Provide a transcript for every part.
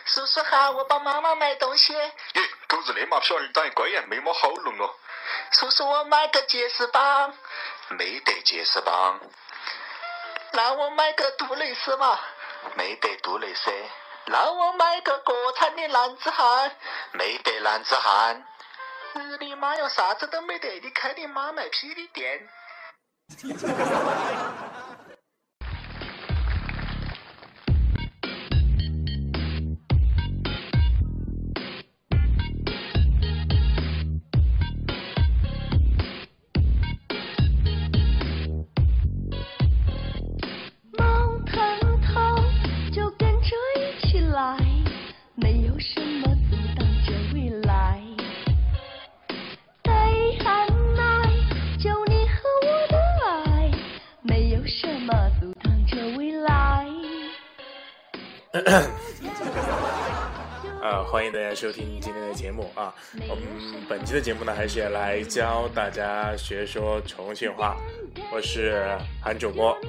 叔叔好，我帮妈妈买东西。 耶，狗日的嘛，小儿长一乖呀，眉毛好浓哦。 叔叔，我买个结实棒。 没得结实棒。 那我买个杜蕾斯嘛。 没得杜蕾斯。 那我买个国产的男子汉。 没得男子汉。 日你妈哟，啥子都没得，你开的马卖批的店。 猫腾头就跟着一起来，没有什么阻挡着未来。北汉奶就你和我的爱，没有什么阻挡着未来。 欢迎大家收听今天的节目啊。我们本期的节目呢，还是要来教大家学说重庆话。我是韩主播。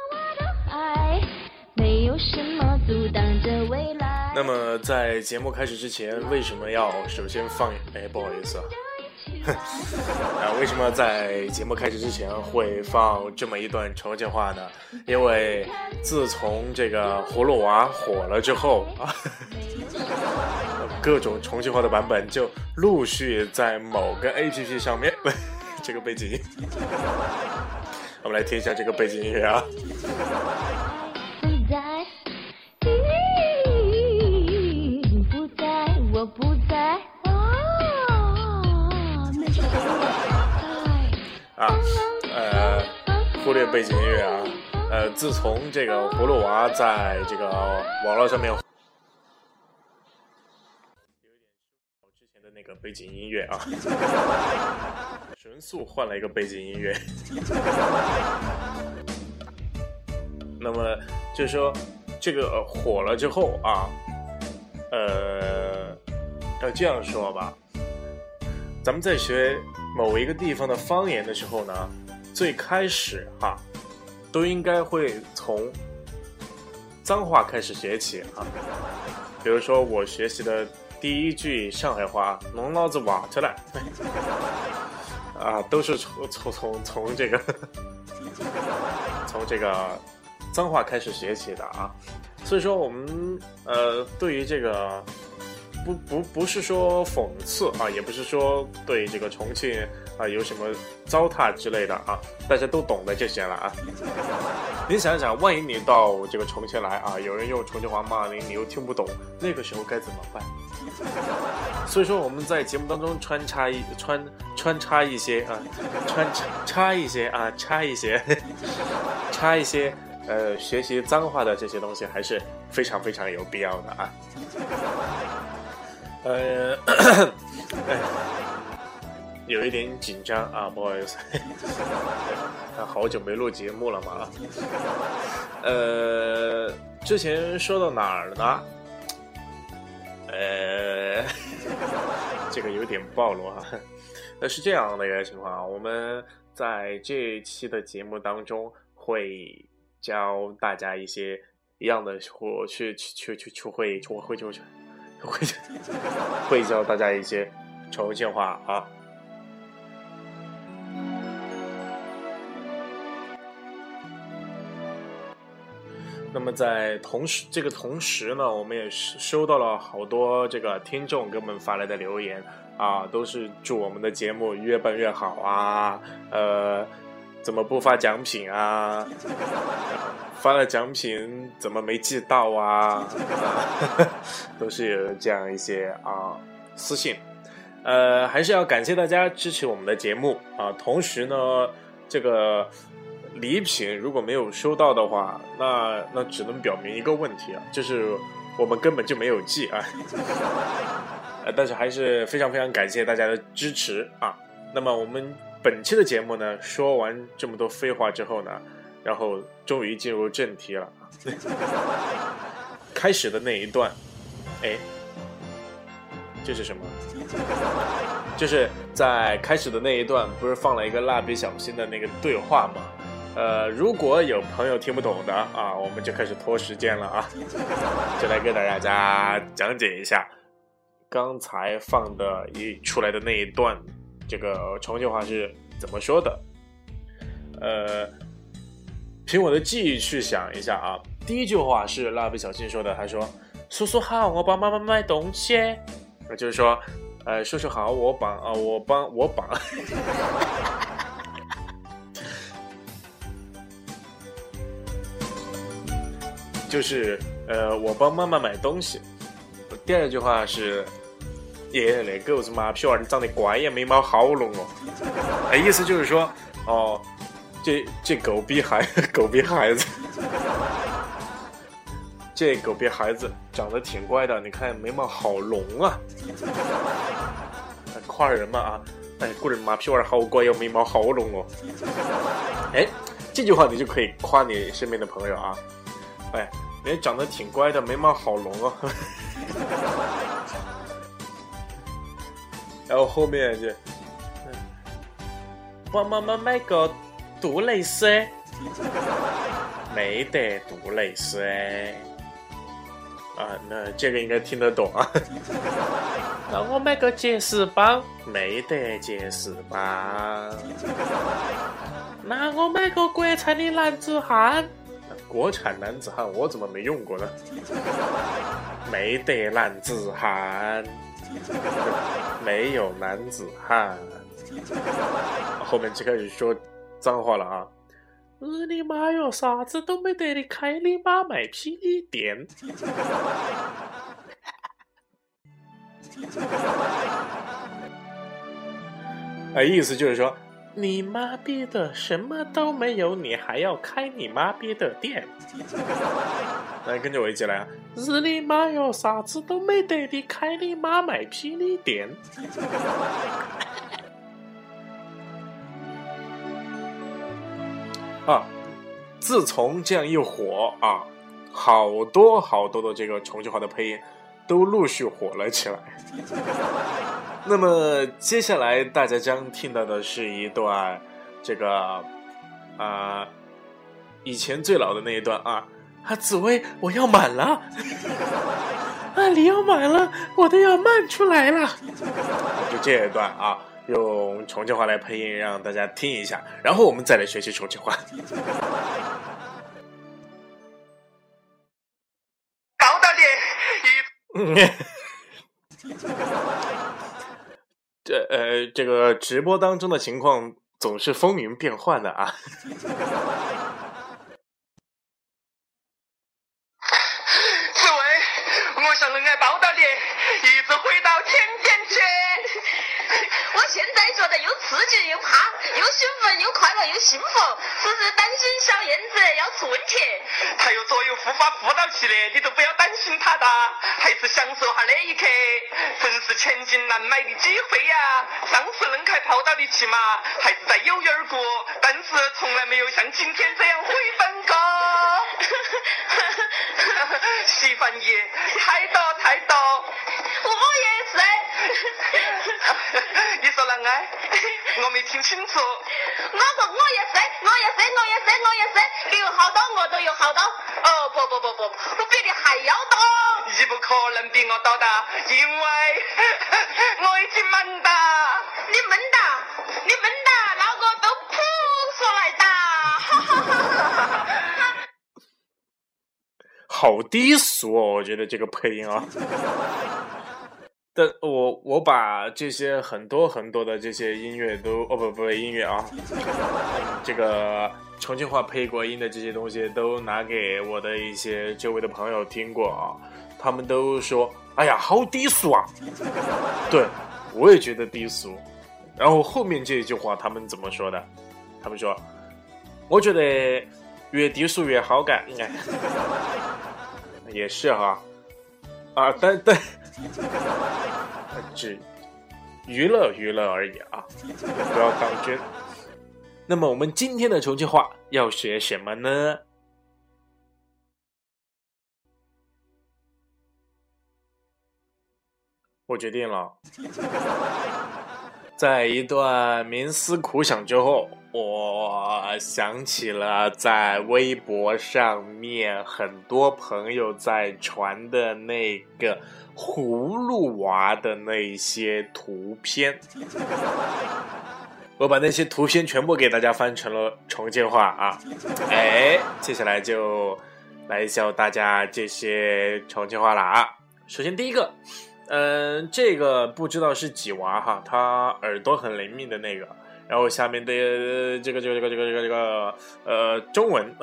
没有什么阻挡着未来。 那么在节目开始之前，为什么要首先放不好意思为什么在节目开始之前会放这么一段重庆话呢？因为自从这个葫芦娃火了之后各种重庆话的版本就陆续在某个 APP 上面这个背景音我们来听一下这个背景音乐啊。 不在，我不在忽略背景音乐啊。自从这个葫芦娃在这个网络上面之前的那个背景音乐啊神速换了一个背景音乐那么就是说这个火了之后啊，要这样说吧，咱们在学某一个地方的方言的时候呢，最开始都应该会从脏话开始学起啊。比如说我学习的第一句上海话“侬老子挖出来”都是从这个从这个脏话开始学起的啊。所以说我们对于这个不是说讽刺也不是说对这个重庆有什么糟蹋之类的大家都懂的就行了你想想，万一你到这个重庆来有人用重庆话骂你，你又聽不懂，那個時候該怎麼辦？所以說我們在節目當中穿插一些學習髒話的這些東西還是非常非常有必要的有一點緊張不好意思好久沒錄節目了嘛之前說到哪兒了呢這個有點暴露是這樣的一個情況我們在這一期的節目當中會教大家一些一樣的會教大家一些重慶話那麼在同時呢，我們也收到了好多這個聽眾給我們發來的留言都是祝我們的節目越辦越好怎麼不發獎品發了獎品怎麼沒寄到都是有這樣一些私信還是要感謝大家支持我們的節目同時呢這個禮品如果沒有收到的話那只能表明一個問題就是我們根本就沒有寄但是還是非常非常感謝大家的支持那麼我們本期的節目呢說完這麼多廢話之後呢然後終於進入正題了開始的那一段這是什麼就是在開始的那一段不是放了一個蠟筆小新的那個對話嗎如果有朋友听不懂的啊，我们就开始拖时间了啊，就来给大家讲解一下刚才放的出来的那一段，这个重庆话是怎么说的。凭我的记忆去想一下啊，第一句话是蜡笔小新说的，他说叔叔好，我帮妈妈买东西，就是说叔叔好，我帮就是我帮妈妈买东西。第二句话是耶，那狗是马屁娃，你长得乖呀，眉毛好浓哦。意思就是说哦，这狗逼孩子，这狗逼孩子长得挺乖的，你看眉毛好浓啊。夸人嘛啊，个人马屁娃好乖哟，眉毛好浓哦。这句话你就可以夸你身边的朋友啊。你长得挺乖的，眉毛好浓哦。然后后面就帮妈妈买个杜蕾斯，没得杜蕾斯啊，那这个应该听得懂啊。那我买个杰士邦，没得杰士邦。那我买个国产的男子汉，国产男子汉我怎么没用过呢？没得男子汉，没有男子汉。后面就开始说脏话了啊！日你妈哟，啥子都没得，你开你妈卖霹雳店。意思就是说，你妈逼的什么都没有，你还要开你妈逼的店。来，跟着我一起来啊！日你妈哟，啥子都没得，你开你妈卖霹雳店。自从这样一火啊，好多的这个重庆话的配音都陆续火了起来。那么接下来大家将听到的是一段这个以前最老的那一段啊，紫薇我要满了。你要满了，我都要漫出来了。就这一段啊，用重庆话来配音，让大家听一下，然后我们再来学习重庆话。 搞到你这个直播当中的情况总是风云变幻的啊。 紫薇，我想能爱抱到你，一直回到天边去。 我现在觉得又刺激又怕，又兴奋又快乐又幸福，只是担心小燕子要出问题。 还有左右护法辅导器的，你都不要担心他的，还是享受下那一刻，真是千金难买的机会呀！上次能开跑道的骑马，还是在有缘谷，但是从来没有像今天这样回本过。稀饭爷，太多， 我也是。 你说啷个？我没听清楚。 我说我也是，你有好多我都有好多。不，我比你还要多。 你不可能比我多的，因为我已经闷大。 你闷大，那个都扑出来的。 好低俗哦，我觉得这个配音啊。但我把这些很多的这些音乐都不音乐啊，这个重庆话配过音的这些东西都拿给我的一些周围的朋友听过啊，他们都说哎呀好低俗啊。对，我也觉得低俗。然后后面这一句话他们怎么说的？他们说我觉得越低俗越好干。也是哈但只娱乐而已啊，不要当真。那么我们今天的重庆话要学什么呢？我决定了， 在一段冥思苦想之后，我想起了在微博上面很多朋友在传的那个葫芦娃的那些图片。我把那些图片全部给大家翻成了重庆话啊，接下来就来教大家这些重庆话了啊。首先第一个，这个不知道是几娃哈，他耳朵很灵敏的那个。然后下面的这个中文，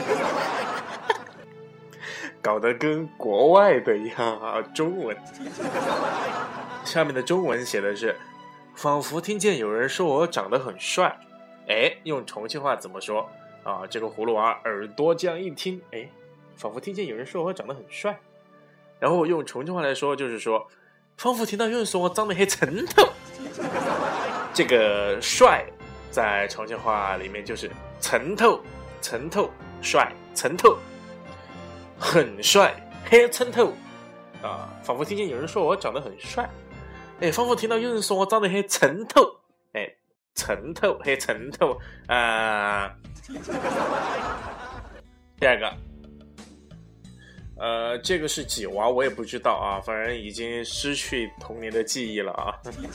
搞得跟国外的一样啊，中文。下面的中文写的是。仿佛听见有人说我长得很帅，用重庆话怎么说啊？这个葫芦娃耳朵这样一听，仿佛听见有人说我长得很帅，然后用重庆话来说就是说，仿佛听到有人说我长得很城头。这个帅在重庆话里面就是城头，城头帅，城头很帅，很城头啊！仿佛听见有人说我长得很帅。仿佛听到有人说我长得很城头，城头很城头啊。第二个，这个是几娃我也不知道啊，反正已经失去童年的记忆了啊。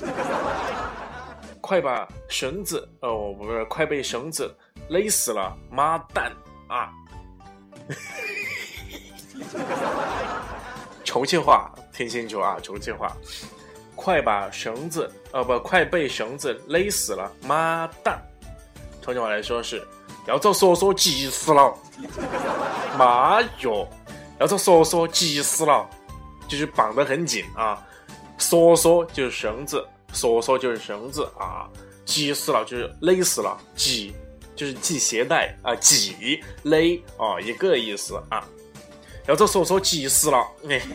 快把绳子不是，快被绳子勒死了，妈蛋啊！重庆话听清楚啊，重庆话。快把绳子快被绳子勒死了，妈蛋！重庆话来说是要找叔叔急死了，妈哟！要找叔叔急死了，就是绑得很紧啊。叔叔就是绳子，叔叔就是绳子啊。急死了就是勒死了，系就是系鞋带啊，系勒啊，一个意思啊。要找叔叔急死了，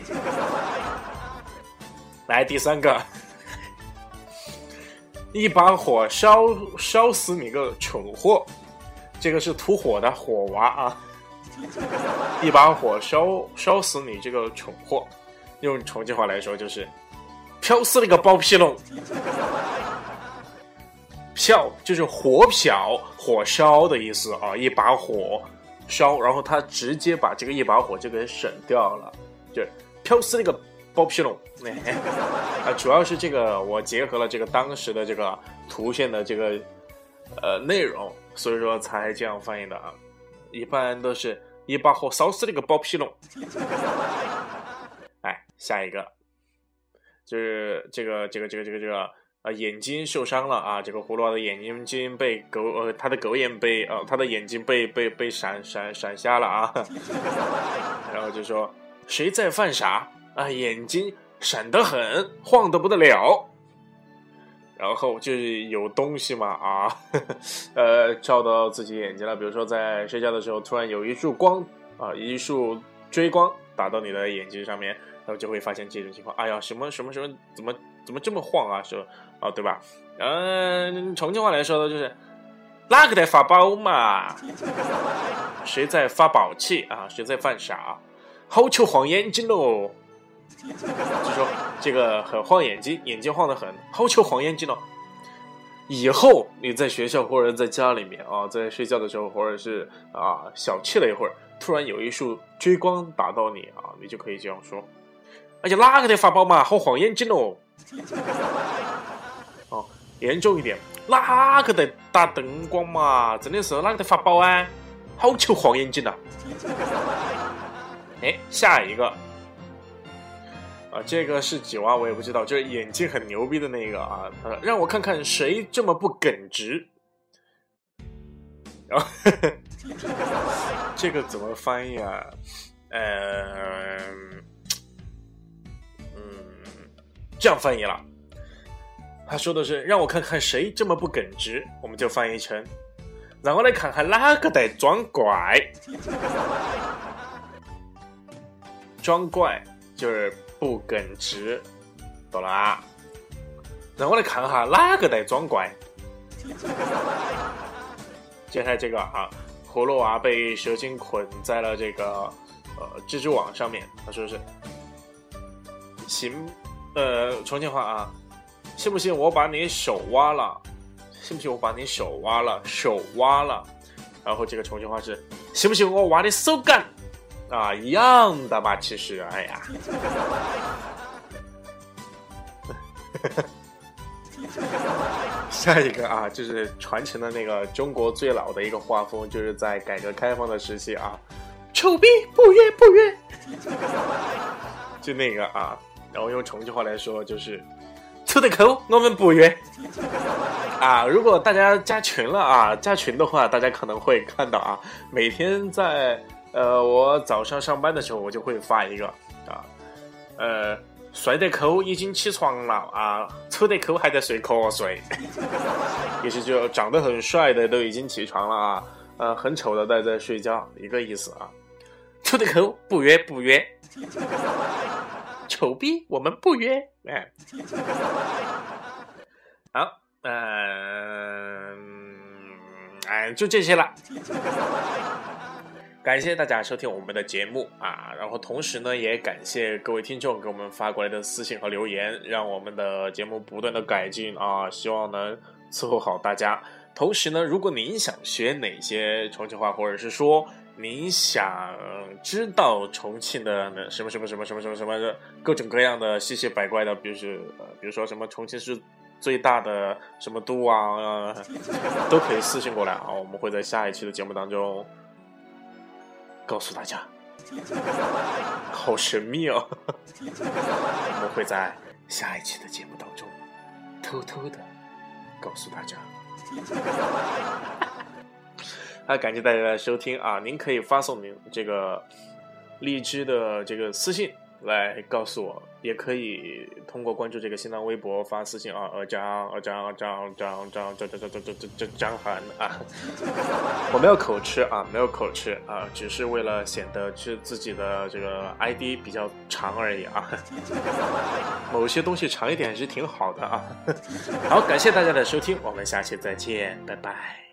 来第三个，一把火烧死你个蠢货，这个是吐火的火娃啊！一把火烧死你这个蠢货，用重庆话来说就是飘死了个包皮龙。飘就是火燎、火烧的意思啊，一把火烧，然后他直接把这个一把火就给省掉了，就飘死了个包皮龙。主要是这个我结合了这个当时的这个图片的这个内容，所以说才这样翻译的啊。一般都是一把火烧死了个包皮龙。下一个就是这个眼睛受伤了啊，这个葫芦娃的眼睛被他的狗眼被他的眼睛被闪瞎了啊。然后就说谁在犯傻啊，眼睛闪得很，晃得不得了。然后就是有东西嘛啊，照到自己眼睛了，比如说在睡觉的时候突然有一束光啊，一束追光打到你的眼睛上面，然后就会发现这种情况。哎呀，什么怎么这么晃啊？是啊，对吧？重庆话来说的就是哪个在发宝嘛？谁在发宝气啊？谁在犯傻？好球晃眼睛喽！就说这个很晃眼睛，眼睛晃得很，好球晃眼睛喽。以后你在学校或者在家里面啊，在睡觉的时候，或者是小憩了一会儿，突然有一束追光打到你啊，你就可以这样说：而且哪个在发宝嘛？好晃眼睛喽！严重一点，哪个在打灯光嘛？真的是哪个在发宝啊？好球晃眼睛啊！下一个这个是几娃我也不知道，就是眼睛很牛逼的那个啊，让我看看谁这么不耿直。然后这个怎么翻译啊？这样翻译了。他说的是让我看看谁这么不耿直，我们就翻译成让我来看看哪个在装怪。装怪就是不耿直，懂了啊？让我来看哈哪个在装怪。接下来这个葫芦娃被蛇精捆在了这个蜘蛛网上面，他说是重庆话信不信我把你手挖了？信不信我把你手挖了？手挖了。然后这个重庆话是信不信我挖你手干？啊，一样的吧，其实，哎呀。下一个啊，就是传承的那个中国最老的一个画风，就是在改革开放的时期啊，臭逼不约不约，就那个啊，然后用重庆话来说就是出得口，我们不约啊。如果大家加群了啊，加群的话，大家可能会看到啊，每天在我早上上班的时候，我就会发一个啊，帅得抠已经起床了啊，丑得抠还在睡瞌睡，也是就长得很帅的都已经起床了啊，很丑的都在睡觉，一个意思啊。丑得抠不约不约，丑逼我们不约，哎，好，就这些了。感谢大家收听我们的节目啊，然后同时呢，也感谢各位听众给我们发过来的私信和留言，让我们的节目不断的改进啊，希望能伺候好大家。同时呢，如果您想学哪些重庆话，或者是说您想知道重庆的什么各种各样的稀奇百怪的，比如说什么重庆市最大的什么都啊，都可以私信过来啊，我们会在下一期的节目当中告诉大家。好神秘哦。我们会在下一期的节目当中偷偷的告诉大家。感谢大家的收听啊！您可以发送您这个荔枝的这个私信来告诉我，也可以通过关注这个新浪微博发私信啊，张涵啊，我没有口吃啊，没有口吃啊，只是为了显得是自己的这个 ID 比较长而已啊。某些东西长一点是挺好的啊。好，感谢大家的收听，我们下期再见，拜拜。